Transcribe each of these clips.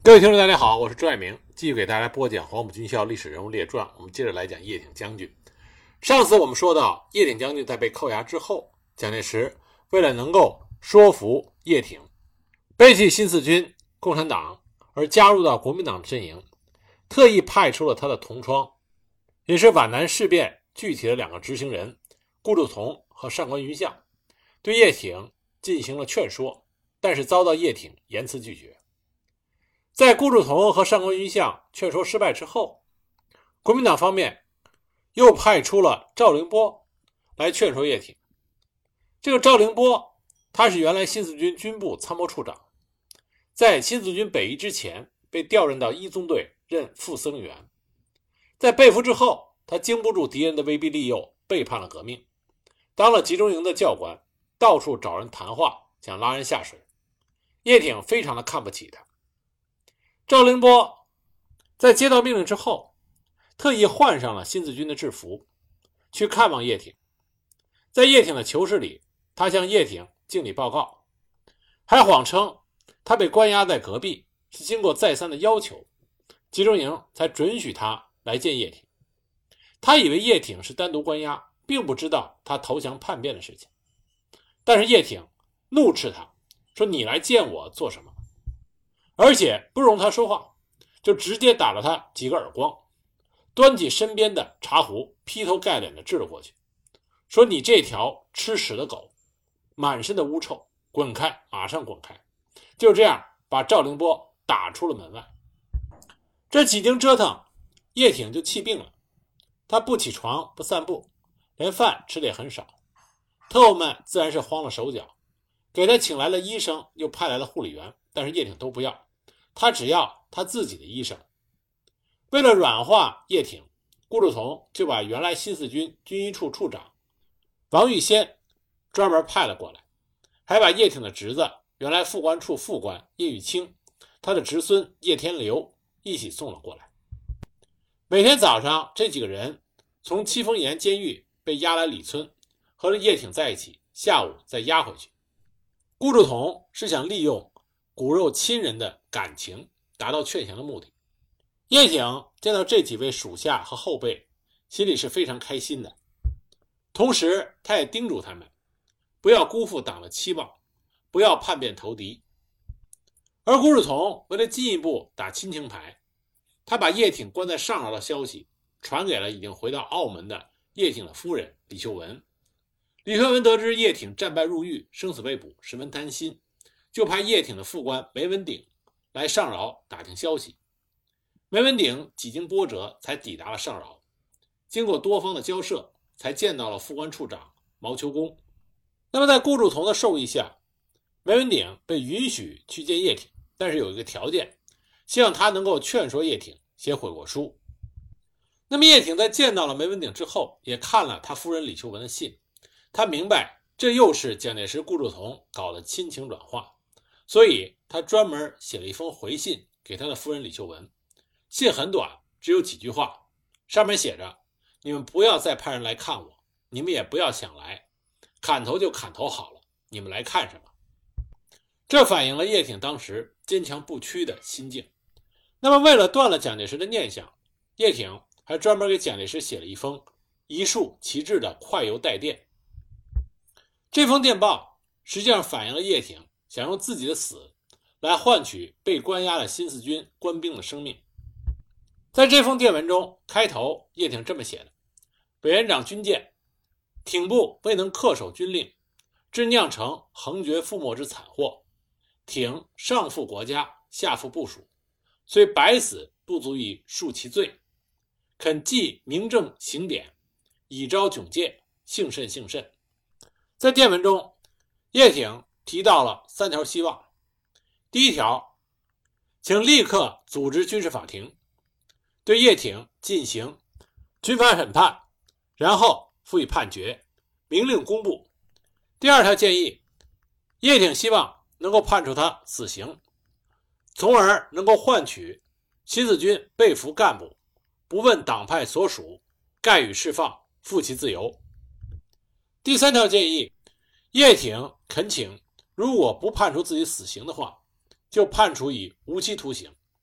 各位听众大家好，我是朱爱明，继续给大家播讲黄埔军校历史人物列传。我们接着来讲叶挺将军。上次我们说到，叶挺将军在被扣押之后，蒋介石为了能够说服叶挺背弃新四军共产党而加入到国民党阵营，特意派出了他的同窗，也是皖南事变具体的两个执行人顾祝同和上官云相，对叶挺进行了劝说，但是遭到叶挺严词拒绝。在顾祝同和上官云相劝说失败之后，国民党方面又派出了赵凌波来劝说叶挺。这个赵凌波他是原来新四军军部参谋处长，在新四军北移之前被调任到一纵队任副司令员，在被俘之后，他经不住敌人的威逼利诱，背叛了革命，当了集中营的教官，到处找人谈话，想拉人下水。叶挺非常的看不起他。赵凌波在接到命令之后，特意换上了新四军的制服，去看望叶挺。在叶挺的囚室里，他向叶挺敬礼报告，还谎称他被关押在隔壁，是经过再三的要求，集中营才准许他来见叶挺。他以为叶挺是单独关押，并不知道他投降叛变的事情。但是叶挺怒斥他，说你来见我做什么？而且不容他说话，就直接打了他几个耳光，端起身边的茶壶劈头盖脸的掷了过去，说你这条吃屎的狗，满身的污臭，滚开，马上滚开。就这样把赵凌波打出了门外。这几经折腾，叶挺就气病了，他不起床，不散步，连饭吃的也很少。特务们自然是慌了手脚，给他请来了医生，又派来了护理员，但是叶挺都不要，他只要他自己的医生。为了软化叶挺，顾祝同就把原来新四军军医处处长王玉先专门派了过来，还把叶挺的侄子原来副官处副官叶玉卿，他的侄孙叶天流一起送了过来。每天早上，这几个人从七峰岩监狱被押来李村，和叶挺在一起，下午再押回去。顾祝同是想利用骨肉亲人的感情达到劝降的目的。叶挺见到这几位属下和后辈，心里是非常开心的，同时他也叮嘱他们不要辜负党的期望，不要叛变投敌。而顾祝同为了进一步打亲情牌，他把叶挺关在上饶的消息传给了已经回到澳门的叶挺的夫人李秀文。李秀文得知叶挺战败入狱，生死未卜，十分担心，就派叶挺的副官梅文鼎来上饶打听消息。梅文鼎几经波折才抵达了上饶，经过多方的交涉，才见到了副官处长毛求公。那么在顾祝同的授意下，梅文鼎被允许去见叶挺，但是有一个条件，希望他能够劝说叶挺写悔过书。那么叶挺在见到了梅文鼎之后，也看了他夫人李秀文的信，他明白这又是蒋介石顾祝同搞的亲情软化，所以他专门写了一封回信给他的夫人李秀文。信很短，只有几句话，上面写着：你们不要再派人来看我，你们也不要想来，砍头就砍头好了，你们来看什么？这反映了叶挺当时坚强不屈的心境。那么为了断了蒋介石的念想，叶挺还专门给蒋介石写了一封一束旗帜的快邮带电。这封电报实际上反映了叶挺想用自己的死来换取被关押的新四军官兵的生命。在这封电文中，开头叶挺这么写的：委员长军舰，挺部未能恪守军令，致酿成横绝覆没之惨祸，挺上负国家，下负部属，虽百死不足以恕其罪，恳记明正刑典，以昭炯戒，幸甚幸甚。在电文中，叶挺提到了3条希望。第一条，请立刻组织军事法庭，对叶挺进行军法审判，然后赋予判决，明令公布。第二条建议，叶挺希望能够判处他死刑，从而能够换取新四军被俘干部不问党派所属，概予释放，复其自由。第三条建议，叶挺恳请如果不判处自己死刑的话，就判处以无期徒刑，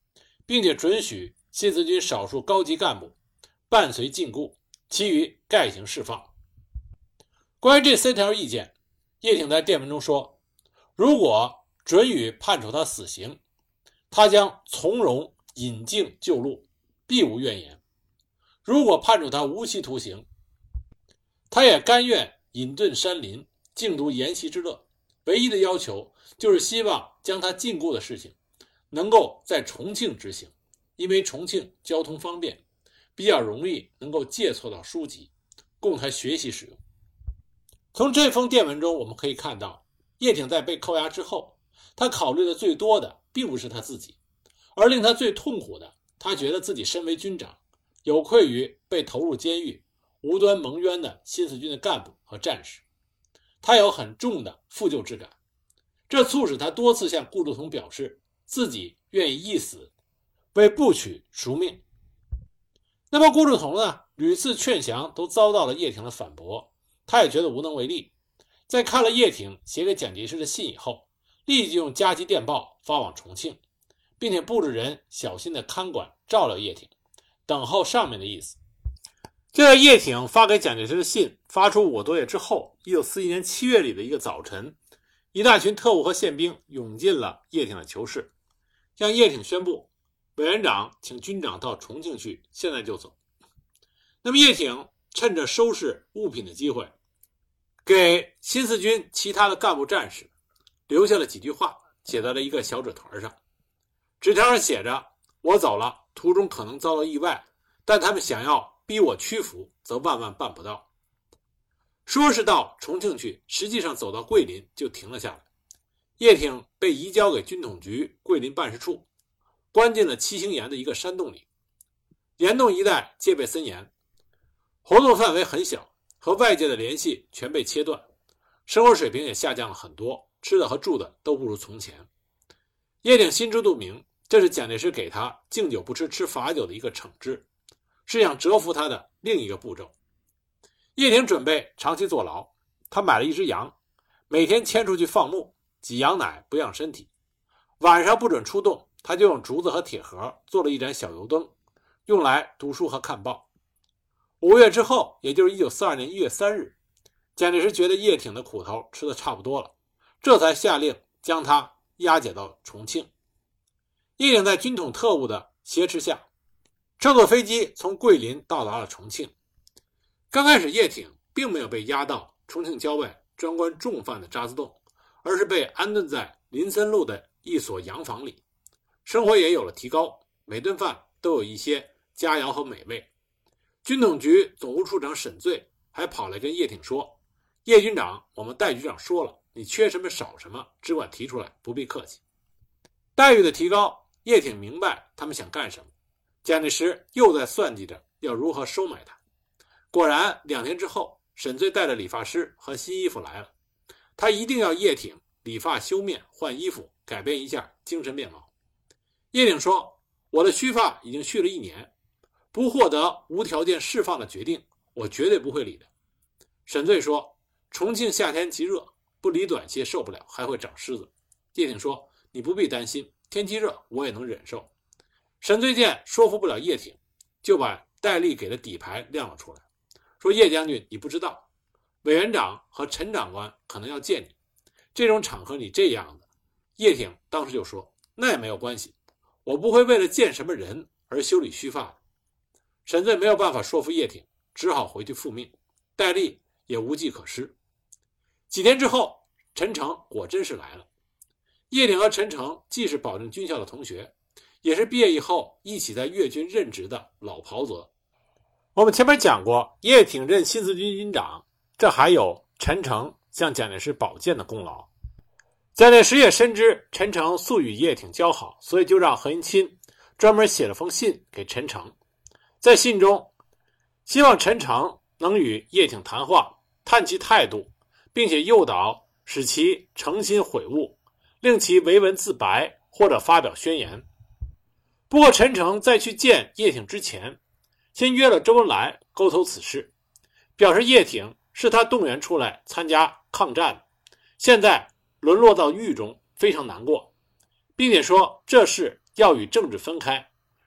并且准许新四军少数高级干部伴随禁锢，其余概行释放。关于这3条意见，叶挺在电文中说，如果准予判处他死刑，他将从容引颈就戮，必无怨言；如果判处他无期徒刑，他也甘愿隐遁山林，静独研习之乐，唯一的要求就是希望将他禁锢的事情能够在重庆执行，因为重庆交通方便，比较容易能够借错到书籍，供他学习使用。从这封电文中我们可以看到，叶挺在被扣押之后，他考虑的最多的并不是他自己，而令他最痛苦的，他觉得自己身为军长，有愧于被投入监狱无端蒙冤的新四军的干部和战士，他有很重的负疚之感，这促使他多次向顾祝同表示自己愿意一死为部曲赎命。那么顾祝同呢，屡次劝降都遭到了叶挺的反驳，他也觉得无能为力。在看了叶挺写给蒋介石的信以后，立即用加急电报发往重庆，并且布置人小心的看管照料叶挺，等候上面的意思。就在叶挺发给蒋介石的信发出5个多月之后，1941年7月里的一个早晨，一大群特务和宪兵涌进了叶挺的囚室，向叶挺宣布，委员长请军长到重庆去，现在就走。那么叶挺趁着收拾物品的机会，给新四军其他的干部战士留下了几句话，写在了一个小纸团上。纸条上写着，我走了，途中可能遭到意外，但他们想要逼我屈服，则万万办不到。说是到重庆去，实际上走到桂林就停了下来。叶挺被移交给军统局桂林办事处，关进了七星岩的一个山洞里。岩洞一带戒备森严，活动范围很小，和外界的联系全被切断，生活水平也下降了很多，吃的和住的都不如从前。叶挺心知肚明，这是蒋介石给他敬酒不吃吃罚酒的一个惩治，是想折服他的另一个步骤。叶挺准备长期坐牢，他买了一只羊，每天牵出去放牧，挤羊奶不养身体，晚上不准出动，他就用竹子和铁盒做了一盏小油灯，用来读书和看报。5个月之后，也就是1942年1月3日，蒋介石觉得叶挺的苦头吃得差不多了，这才下令将他押解到重庆。叶挺在军统特务的挟持下，乘坐飞机从桂林到达了重庆。刚开始叶挺并没有被押到重庆郊外专关重犯的渣滓洞，而是被安顿在林森路的一所洋房里，生活也有了提高，每顿饭都有一些佳肴和美味。军统局总务处长沈醉还跑来跟叶挺说，叶军长，我们戴局长说了，你缺什么少什么，只管提出来，不必客气。待遇的提高，叶挺明白他们想干什么，蒋介石又在算计着要如何收买他。果然2天之后，沈醉带着理发师和新衣服来了，他一定要叶挺理发修面换衣服，改变一下精神面貌。叶挺说，我的须发已经蓄了1年，不获得无条件释放的决定，我绝对不会理的。沈醉说，重庆夏天极热，不理短些受不了，还会长虱子。叶挺说，你不必担心，天气热我也能忍受。沈醉见说服不了叶挺，就把戴笠给的底牌亮了出来，说，叶将军，你不知道，委员长和陈长官可能要见你，这种场合你这样的。叶挺当时就说，那也没有关系，我不会为了见什么人而修理须发的。沈醉没有办法说服叶挺，只好回去复命，戴笠也无计可施。几天之后，陈诚果真是来了。叶挺和陈诚既是保定军校的同学，也是毕业以后一起在粤军任职的老袍泽。我们前面讲过，叶挺任新四军军长，这还有陈诚向蒋介石保荐的功劳。蒋介石也深知陈诚素与叶挺交好，所以就让何应钦专门写了封信给陈诚，在信中希望陈诚能与叶挺谈话，探其态度，并且诱导使其诚心悔悟，令其为文自白或者发表宣言。不过陈诚在去见叶挺之前，先约了周恩来沟通此事，表示叶挺是他动员出来参加抗战，现在沦落到狱中，非常难过，并且说这事要与政治分开，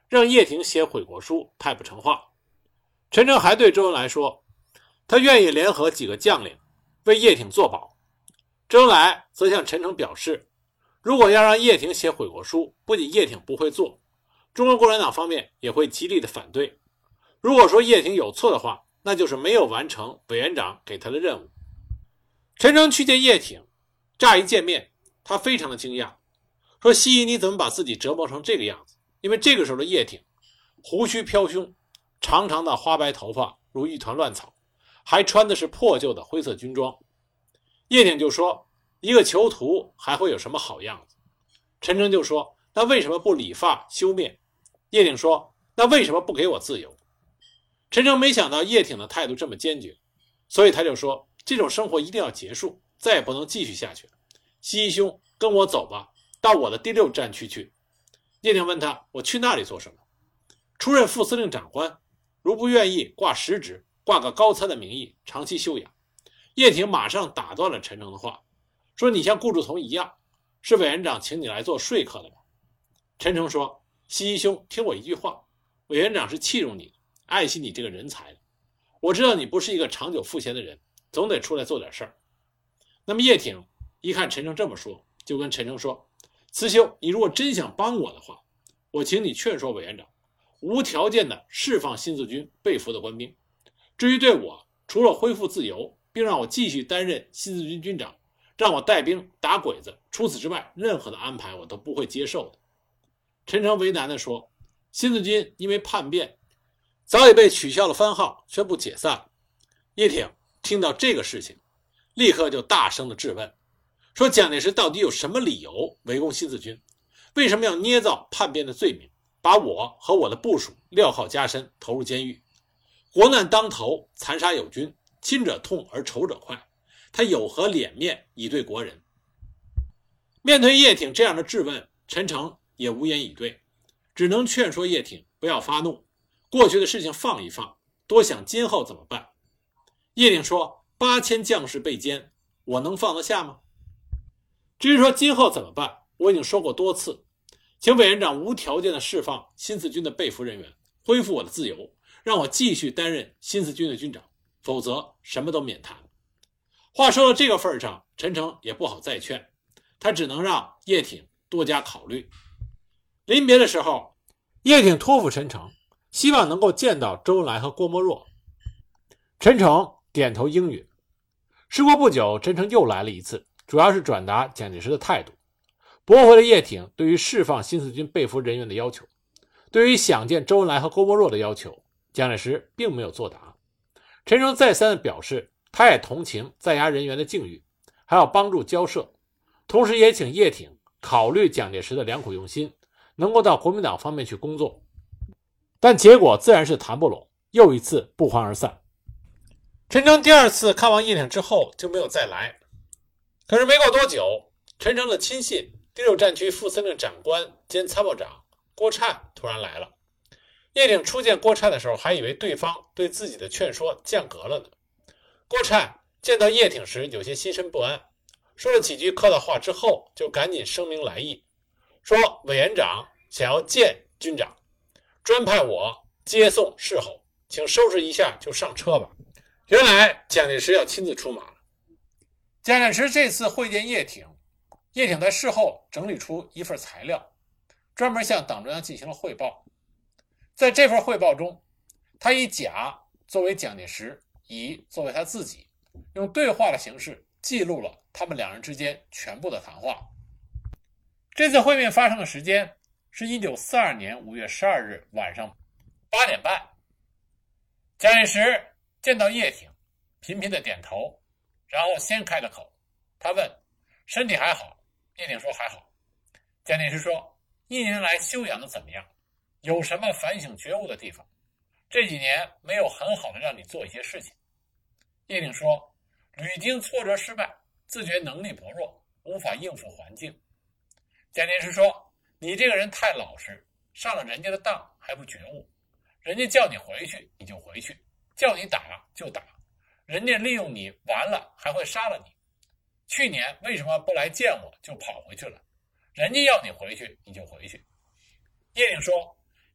让叶挺写悔过书太不成话。陈诚还对周恩来说，他愿意联合几个将领为叶挺作保。周恩来则向陈诚表示，如果要让叶挺写悔过书，不仅叶挺不会做，中国共产党方面也会极力的反对。如果说叶挺有错的话，那就是没有完成委员长给他的任务。陈诚去见叶挺，乍一见面，他非常的惊讶，说西医你怎么把自己折磨成这个样子？因为这个时候的叶挺胡须飘胸，长长的花白头发如一团乱草，还穿的是破旧的灰色军装。叶挺就说，一个囚徒还会有什么好样子？陈诚就说，那为什么不理发修面？叶挺说，那为什么不给我自由？陈诚没想到叶挺的态度这么坚决，所以他就说，这种生活一定要结束，再也不能继续下去了。西医兄，跟我走吧，到我的第6战区去。叶挺问他，我去那里做什么？出任副司令长官，如不愿意挂实职，挂个高参的名义，长期休养。叶挺马上打断了陈诚的话，说你像顾祝同一样，是委员长请你来做说客的吗？陈诚说，西医兄，听我一句话，委员长是器重你的，爱惜你这个人才的。我知道你不是一个长久赋闲的人，总得出来做点事儿。那么叶挺一看陈诚这么说，就跟陈诚说，慈修，你如果真想帮我的话，我请你劝说委员长无条件的释放新四军被俘的官兵。至于对我，除了恢复自由，并让我继续担任新四军军长，让我带兵打鬼子，除此之外，任何的安排我都不会接受的。陈诚为难地说，新四军因为叛变，早已被取消了番号，宣布解散。叶挺听到这个事情，立刻就大声的质问，说蒋介石到底有什么理由围攻新四军？为什么要捏造叛变的罪名，把我和我的部属镣铐加身，投入监狱？国难当头，残杀友军，亲者痛而仇者快，他有何脸面以对国人？面对叶挺这样的质问，陈诚也无言以对，只能劝说叶挺不要发怒，过去的事情放一放，多想今后怎么办。叶挺说，8000将士被歼，我能放得下吗？至于说今后怎么办，我已经说过多次，请委员长无条件的释放新四军的被俘人员，恢复我的自由，让我继续担任新四军的军长，否则什么都免谈。话说到这个份上，陈诚也不好再劝，他只能让叶挺多加考虑。临别的时候，叶挺托付陈诚，希望能够见到周恩来和郭沫若。陈诚点头应允。时过不久，陈诚又来了一次，主要是转达蒋介石的态度，驳回了叶挺对于释放新四军被俘人员的要求。对于想见周恩来和郭沫若的要求，蒋介石并没有作答。陈诚再三地表示，他也同情在押人员的境遇，还要帮助交涉，同时也请叶挺考虑蒋介石的良苦用心，能够到国民党方面去工作。但结果自然是谈不拢，又一次不欢而散。陈诚第2次看望叶挺之后就没有再来。可是没过多久，陈诚的亲信第6战区副司令长官兼参谋长郭灿突然来了。叶挺初见郭灿的时候，还以为对方对自己的劝说降格了呢。郭灿见到叶挺时有些心神不安，说了几句客套话之后，就赶紧声明来意，说委员长想要见军长，专派我接送侍候，请收拾一下就上车吧。原来蒋介石要亲自出马了。蒋介石这次会见叶挺，叶挺在事后整理出一份材料，专门向党中央进行了汇报。在这份汇报中，他以甲作为蒋介石，乙作为他自己，用对话的形式记录了他们2人之间全部的谈话。这次会面发生的时间是1942年5月12日晚上8点半。蒋介石见到叶挺，频频的点头，然后先开了口。他问身体还好？叶挺说还好。蒋介石说1年来休养的怎么样？有什么反省觉悟的地方？这几年没有很好的让你做一些事情。叶挺说屡经挫折失败，自觉能力薄弱，无法应付环境。蒋介石说你这个人太老实，上了人家的当还不觉悟，人家叫你回去你就回去，叫你打就打，人家利用你完了还会杀了你。去年为什么不来见我就跑回去了？人家要你回去你就回去。叶挺说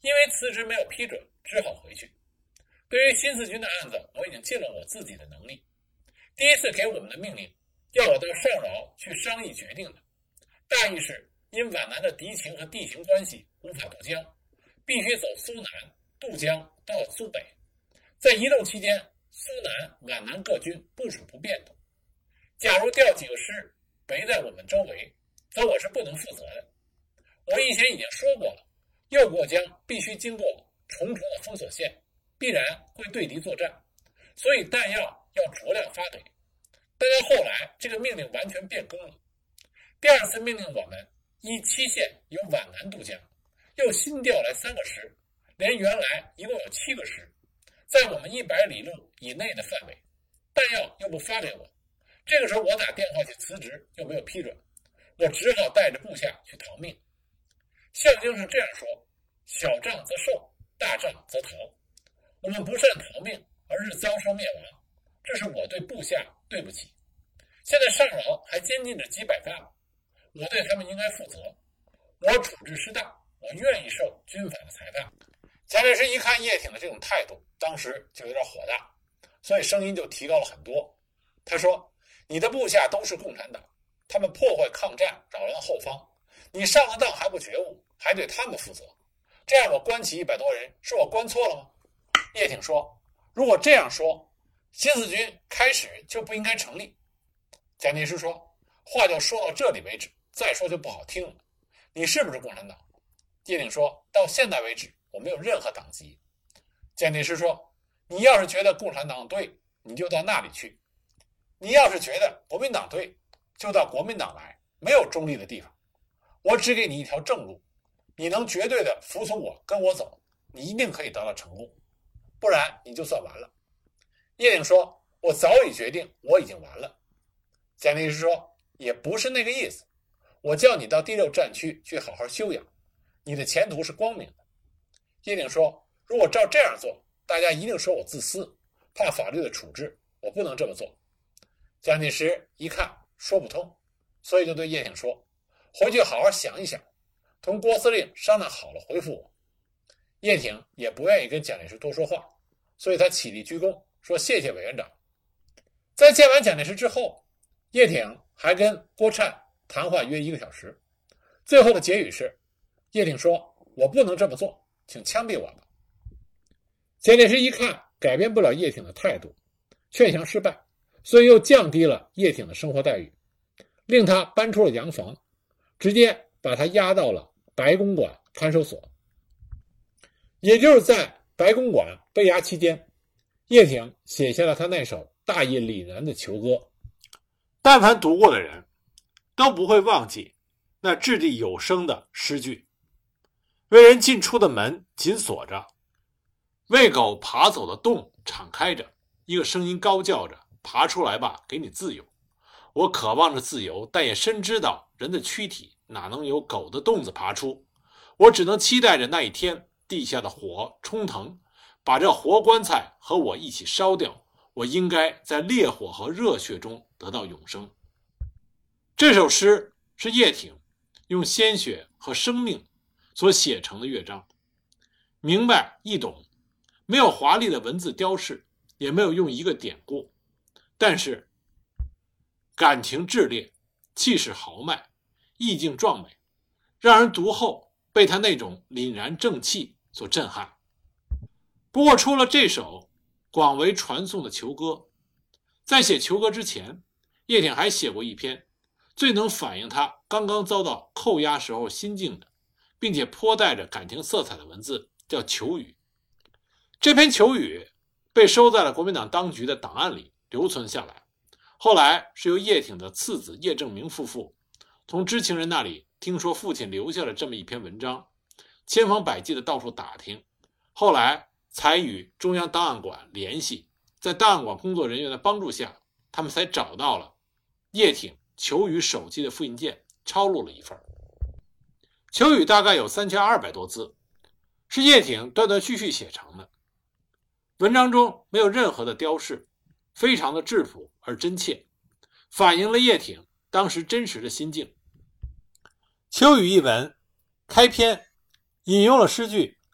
因为辞职没有批准，只好回去。对于新四军的案子，我已经尽了我自己的能力。第一次给我们的命令，要我到上饶去商议决定的，大意是因皖南的敌情和地形关系无法渡江，必须走苏南渡江到苏北。在移动期间，苏南、皖南各军部署不变动。假如调几个师围在我们周围，则我是不能负责的。我以前已经说过了，右过江必须经过重重的封锁线，必然会对敌作战，所以弹药要酌量发给。但到后来，这个命令完全变更了。第二次命令我们依期限由皖南渡江，又新调来3个师，连原来一共有7个师，在我们100里路以内的范围，弹药又不发给我。这个时候我打电话去辞职，又没有批准，我只好带着部下去逃命。项经上这样说：小仗则受，大仗则逃。我们不善逃命，而是遭受灭亡，这是我对部下对不起。现在上饶还监禁着几百干部，我对他们应该负责。我处置失当，我愿意受军法的裁判。蒋介石一看叶挺的这种态度，当时就有点火大，所以声音就提高了很多。他说：你的部下都是共产党，他们破坏抗战，扰乱后方，你上了当还不觉悟，还对他们负责，这样我关起100多人，是我关错了吗？叶挺说：如果这样说，新四军开始就不应该成立。蒋介石说：话就说到这里为止，再说就不好听了。你是不是共产党？叶挺说：到现在为止，我没有任何党籍。蒋介石说：你要是觉得共产党对，你就到那里去；你要是觉得国民党对，就到国民党来，没有中立的地方。我只给你一条正路，你能绝对的服从我，跟我走，你一定可以得到成功，不然你就算完了。叶挺说：我早已决定，我已经完了。蒋介石说：也不是那个意思，我叫你到第6战区去好好休养，你的前途是光明的。叶挺说：如果照这样做，大家一定说我自私，怕法律的处置，我不能这么做。蒋介石一看说不通，所以就对叶挺说：回去好好想一想，同郭司令商量好了回复我。叶挺也不愿意跟蒋介石多说话，所以他起立鞠躬说：谢谢委员长。在见完蒋介石之后，叶挺还跟郭灿谈话约1个小时，最后的结语是：叶挺说：我不能这么做，请枪毙我吧。蒋介石一看改变不了叶挺的态度，劝降失败，所以又降低了叶挺的生活待遇，令他搬出了洋房，直接把他押到了白公馆看守所。也就是在白公馆被押期间，叶挺写下了他那首大义凛然的囚歌。但凡读过的人都不会忘记那掷地有声的诗句：为人进出的门紧锁着，为狗爬走的洞敞开着，一个声音高叫着：爬出来吧，给你自由。我渴望着自由，但也深知道人的躯体哪能由狗的洞子爬出，我只能期待着那一天地下的火冲腾，把这活棺材和我一起烧掉，我应该在烈火和热血中得到永生。这首诗是叶挺用鲜血和生命所写成的乐章，明白易懂，没有华丽的文字雕饰，也没有用一个典故，但是感情炽烈，气势豪迈，意境壮美，让人读后被他那种凛然正气所震撼。不过除了这首广为传颂的囚歌，在写囚歌之前，叶挺还写过一篇最能反映他刚刚遭到扣押时候心境的，并且颇带着感情色彩的文字，叫《囚语》。这篇囚语被收在了国民党当局的档案里留存下来，后来是由叶挺的次子叶正明夫妇从知情人那里听说父亲留下了这么一篇文章，千方百计的到处打听，后来才与中央档案馆联系，在档案馆工作人员的帮助下，他们才找到了叶挺囚语手记的复印件，抄录了一份。囚语大概有3200多字，是叶挺断断续续写成的。文章中没有任何的雕饰，非常的质朴而真切，反映了叶挺当时真实的心境。囚语一文开篇引用了诗句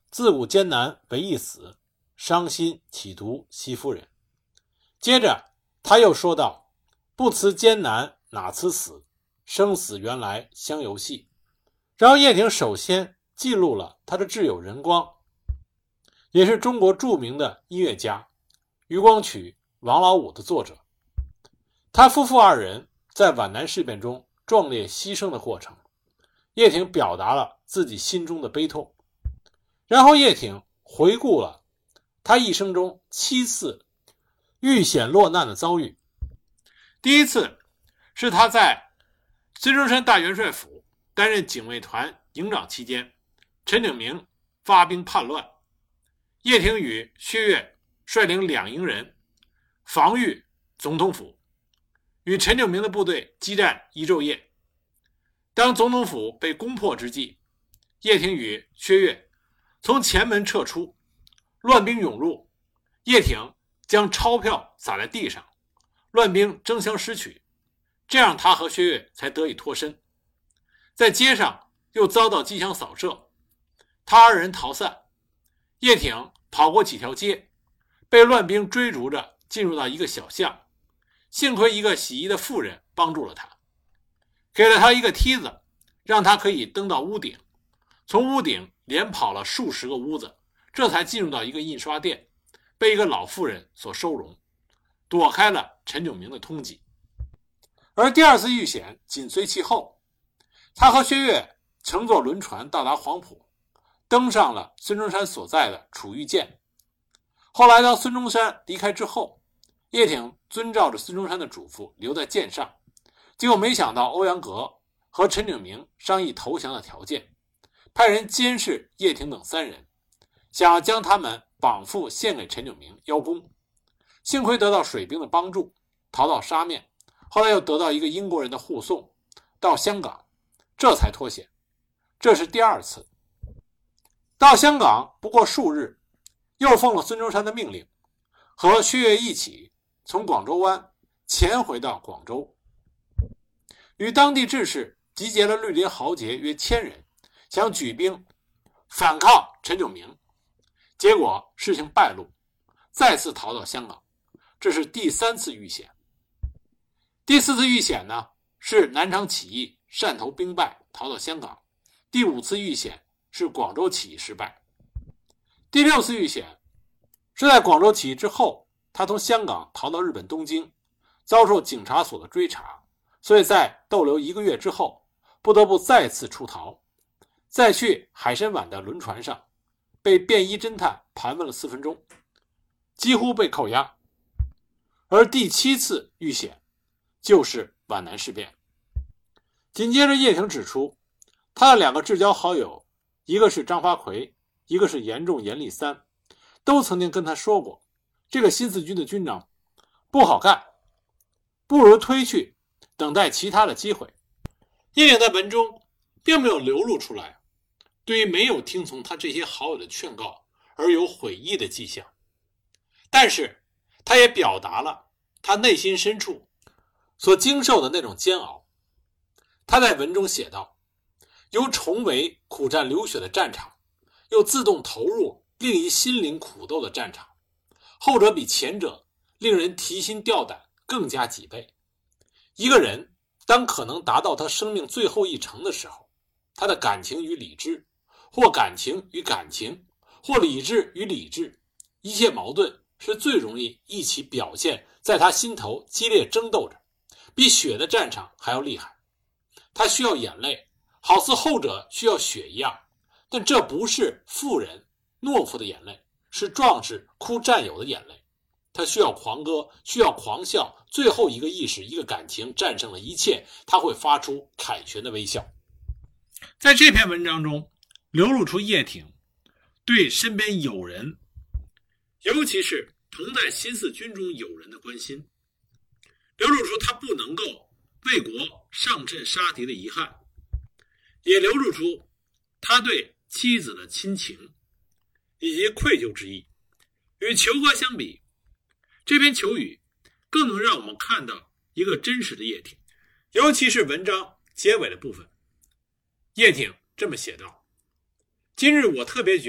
自古艰难唯易死，伤心企图惜夫人。接着他又说道，不辞艰难哪辞死，生死原来相游戏。然后叶挺首先记录了他的挚友任光，也是中国著名的音乐家余光曲、王老五的作者。他夫妇二人在皖南事变中壮烈牺牲的过程，叶挺表达了自己心中的悲痛。然后叶挺回顾了他一生中7次遇险落难的遭遇。第一次是他在孙中山大元帅府担任警卫团营长期间，陈炯明发兵叛乱，叶挺与薛岳率领2营人防御总统府，与陈炯明的部队激战一昼夜。当总统府被攻破之际，叶挺与薛岳从前门撤出，乱兵涌入，叶挺将钞票撒在地上，乱兵争相拾取，这样他和薛岳才得以脱身。在街上又遭到机枪扫射，他二人逃散，叶挺跑过几条街，被乱兵追逐着进入到一个小巷，幸亏一个洗衣的妇人帮助了他，给了他一个梯子，让他可以登到屋顶，从屋顶连跑了数十个屋子，这才进入到一个印刷店，被一个老妇人所收容，躲开了陈炯明的通缉。而第二次遇险紧随其后，他和薛岳乘坐轮船到达黄埔，登上了孙中山所在的楚玉舰。后来当孙中山离开之后，叶挺遵照着孙中山的嘱咐留在舰上，结果没想到欧阳格和陈炯明商议投降的条件，派人监视叶挺等3人，想要将他们绑缚献给陈炯明邀功。幸亏得到水兵的帮助，逃到沙面，后来又得到一个英国人的护送到香港，这才脱险。这是第2次。到香港不过数日，又奉了孙中山的命令，和薛岳一起从广州湾潜回到广州，与当地志士集结了绿林豪杰约1000人，想举兵反抗陈炯明。结果事情败露，再次逃到香港。这是第3次遇险。第4次遇险呢，是南昌起义汕头兵败逃到香港。第5次遇险是广州起义失败。第6次遇险是在广州起义之后，他从香港逃到日本东京，遭受警察所的追查，所以在逗留1个月之后，不得不再次出逃。再去海参崴的轮船上，被便衣侦探盘问了4分钟，几乎被扣押。而第7次遇险就是皖南事变。紧接着叶挺指出，他的2个至交好友，一个是张发奎，一个是严仲、严立三，都曾经跟他说过，这个新四军的军长不好干，不如推去，等待其他的机会。叶挺在文中并没有流露出来对于没有听从他这些好友的劝告而有悔意的迹象，但是他也表达了他内心深处所经受的那种煎熬。他在文中写道，由重围苦战流血的战场，又自动投入另一心灵苦斗的战场，后者比前者令人提心吊胆更加几倍。一个人当可能达到他生命最后一程的时候，他的感情与理智，或感情与感情，或理智与理智，一切矛盾是最容易一起表现在他心头激烈争斗着，比血的战场还要厉害。他需要眼泪，好似后者需要血一样，但这不是富人懦夫的眼泪，是壮士哭战友的眼泪。他需要狂歌，需要狂笑，最后一个意识，一个感情战胜了一切，他会发出凯旋的微笑。在这篇文章中流露出叶挺对身边友人，尤其是同在新四军中友人的关心，流露出他不能够为国上阵杀敌的遗憾，也流露出他对妻子的亲情以及愧疚之意。与求和相比，这篇求语更能让我们看到一个真实的叶挺，尤其是文章结尾的部分。叶挺这么写道，今日我特别觉得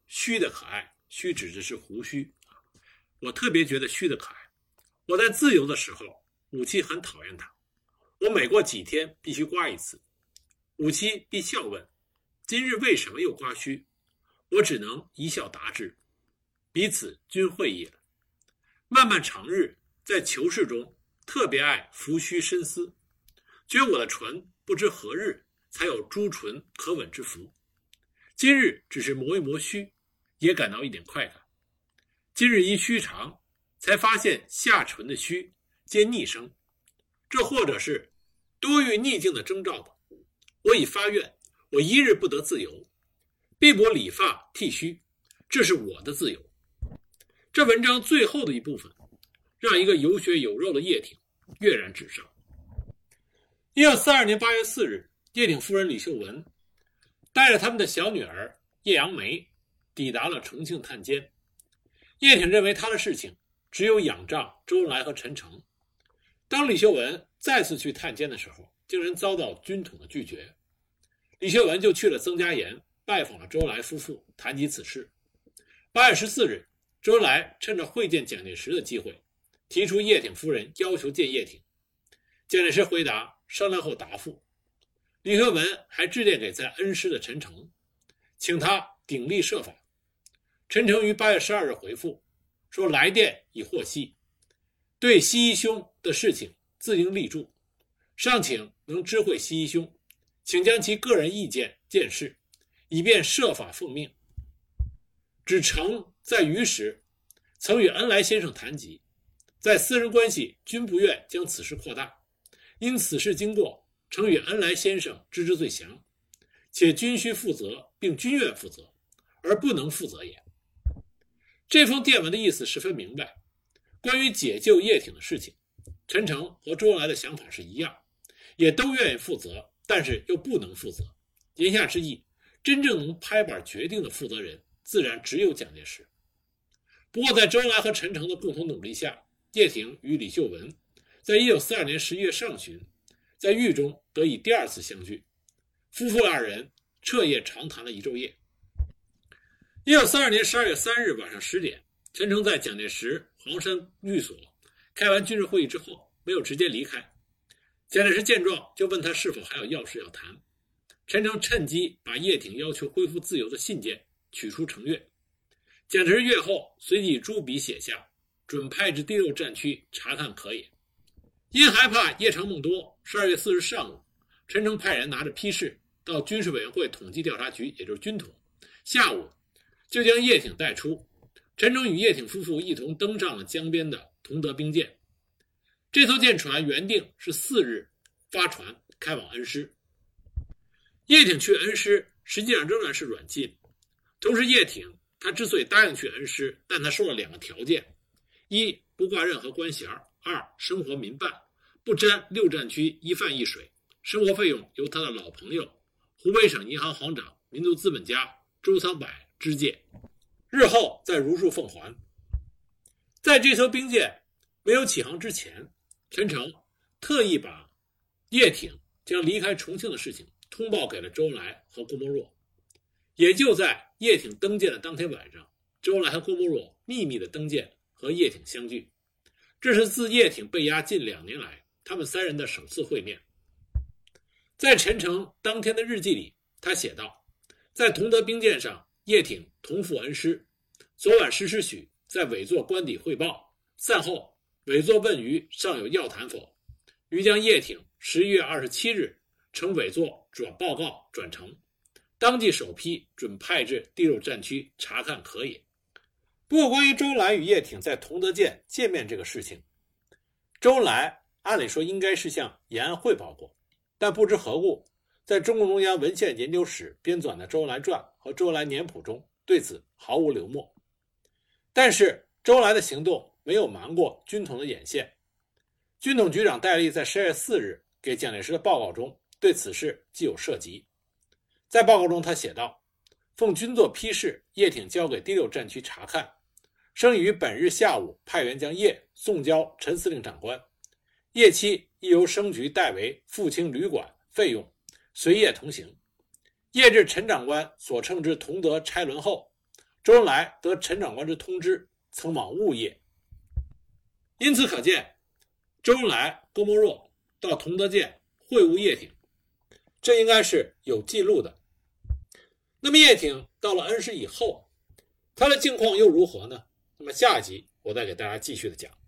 虚的可爱，虚指的是胡须。我特别觉得虚的可爱。我在自由的时候，母亲很讨厌它，我每过几天必须刮一次。母亲必笑问：今日为什么又刮须？我只能一笑答之：彼此均会也。漫漫长日，在囚室中特别爱拂须深思，觉我的唇不知何日才有朱唇可吻之福。今日只是磨一磨须，也感到一点快感。今日因须长，才发现下唇的须皆逆生，这或者是多遇逆境的征兆吧。我已发愿，我一日不得自由，必不理发剃须，这是我的自由。这文章最后的一部分，让一个有血有肉的叶挺跃然纸上。1942年8月4日，叶挺夫人李秀文带着他们的小女儿叶杨梅抵达了重庆探监。叶挺认为他的事情只有仰仗周恩来和陈诚。当李秀文再次去探监的时候，竟然遭到军统的拒绝。李秀文就去了曾家岩，拜访了周恩来夫妇，谈及此事。8月14日，周恩来趁着会见蒋介石的机会，提出叶挺夫人要求见叶挺。蒋介石回答商量后答复。李秀文还致电给在恩施的陈诚，请他鼎力设法。陈诚于8月12日回复说，来电已获悉，对西一兄的事情自应立柱，尚请能知会西一兄，请将其个人意见见识，以便设法奉命。指诚在渝时曾与恩来先生谈及，在私人关系均不愿将此事扩大，因此事经过，诚与恩来先生知之最详，且均需负责，并均愿负责，而不能负责也。这封电文的意思十分明白，关于解救叶挺的事情，陈诚和周恩来的想法是一样，也都愿意负责，但是又不能负责。言下之意，真正能拍板决定的负责人自然只有蒋介石。不过在周恩来和陈诚的共同努力下，叶挺与李秀文在1942年11月上旬在狱中得以第二次相聚，夫妇二人彻夜长谈了一昼夜。1942年12月3日晚上10点，陈诚在蒋介石黄山寓所开完军事会议之后，没有直接离开。蒋介石见状就问他是否还有要事要谈。陈诚趁机把叶挺要求恢复自由的信件取出呈阅。蒋介石阅后随即朱笔写下，准派至第6战区查看可也。因害怕夜长梦多，12月4日上午，陈诚派人拿着批示到军事委员会统计调查局，也就是军统，下午就将叶挺带出。陈诚与叶挺夫妇一同登上了江边的同德兵舰。这艘舰船原定是4日发船开往恩施。叶挺去恩施实际上仍然是软禁。同时叶挺他之所以答应去恩施，但他说了2个条件：一，不挂任何官衔；二，生活民办，不沾6战区一饭一水，生活费用由他的老朋友湖北省银行行长、民族资本家周苍柏支借，日后再如数奉还。在这艘兵舰没有起航之前，陈诚特意把叶挺将离开重庆的事情通报给了周恩来和郭沫若。也就在叶挺登舰的当天晚上，周恩来和郭沫若秘密的登舰和叶挺相聚，这是自叶挺被押近2年来他们3人的首次会面。在陈诚当天的日记里，他写道，在同德兵舰上，叶挺同赴恩施，昨晚10时许在委座官邸汇报，散后委座问余尚有要谈否，余将叶挺11月27日呈委座转报告转呈，当即首批准派至第6战区查看可也。不过关于周恩来与叶挺在同德舰见面这个事情，周恩来按理说应该是向延安汇报过，但不知何故在中共中央文献研究室编纂的《周恩来传》和《周恩来年谱》中对此毫无留墨。但是周恩来的行动没有瞒过军统的眼线。军统局长戴笠在12月4日给蒋介石的报告中对此事既有涉及。在报告中他写道，奉军座批示，叶挺交给第6战区查看，生于本日下午派员将叶送交陈司令长官，叶期亦由生局代为付清旅馆费用，随叶同行。叶至陈长官所乘之同德差轮后， 周恩来得陈长官之通知，曾往务业。因此可见，周恩来、郭沫若到同德舰会晤叶挺，这应该是有记录的。那么叶挺到了恩施以后，他的境况又如何呢？那么下一集我再给大家继续的讲。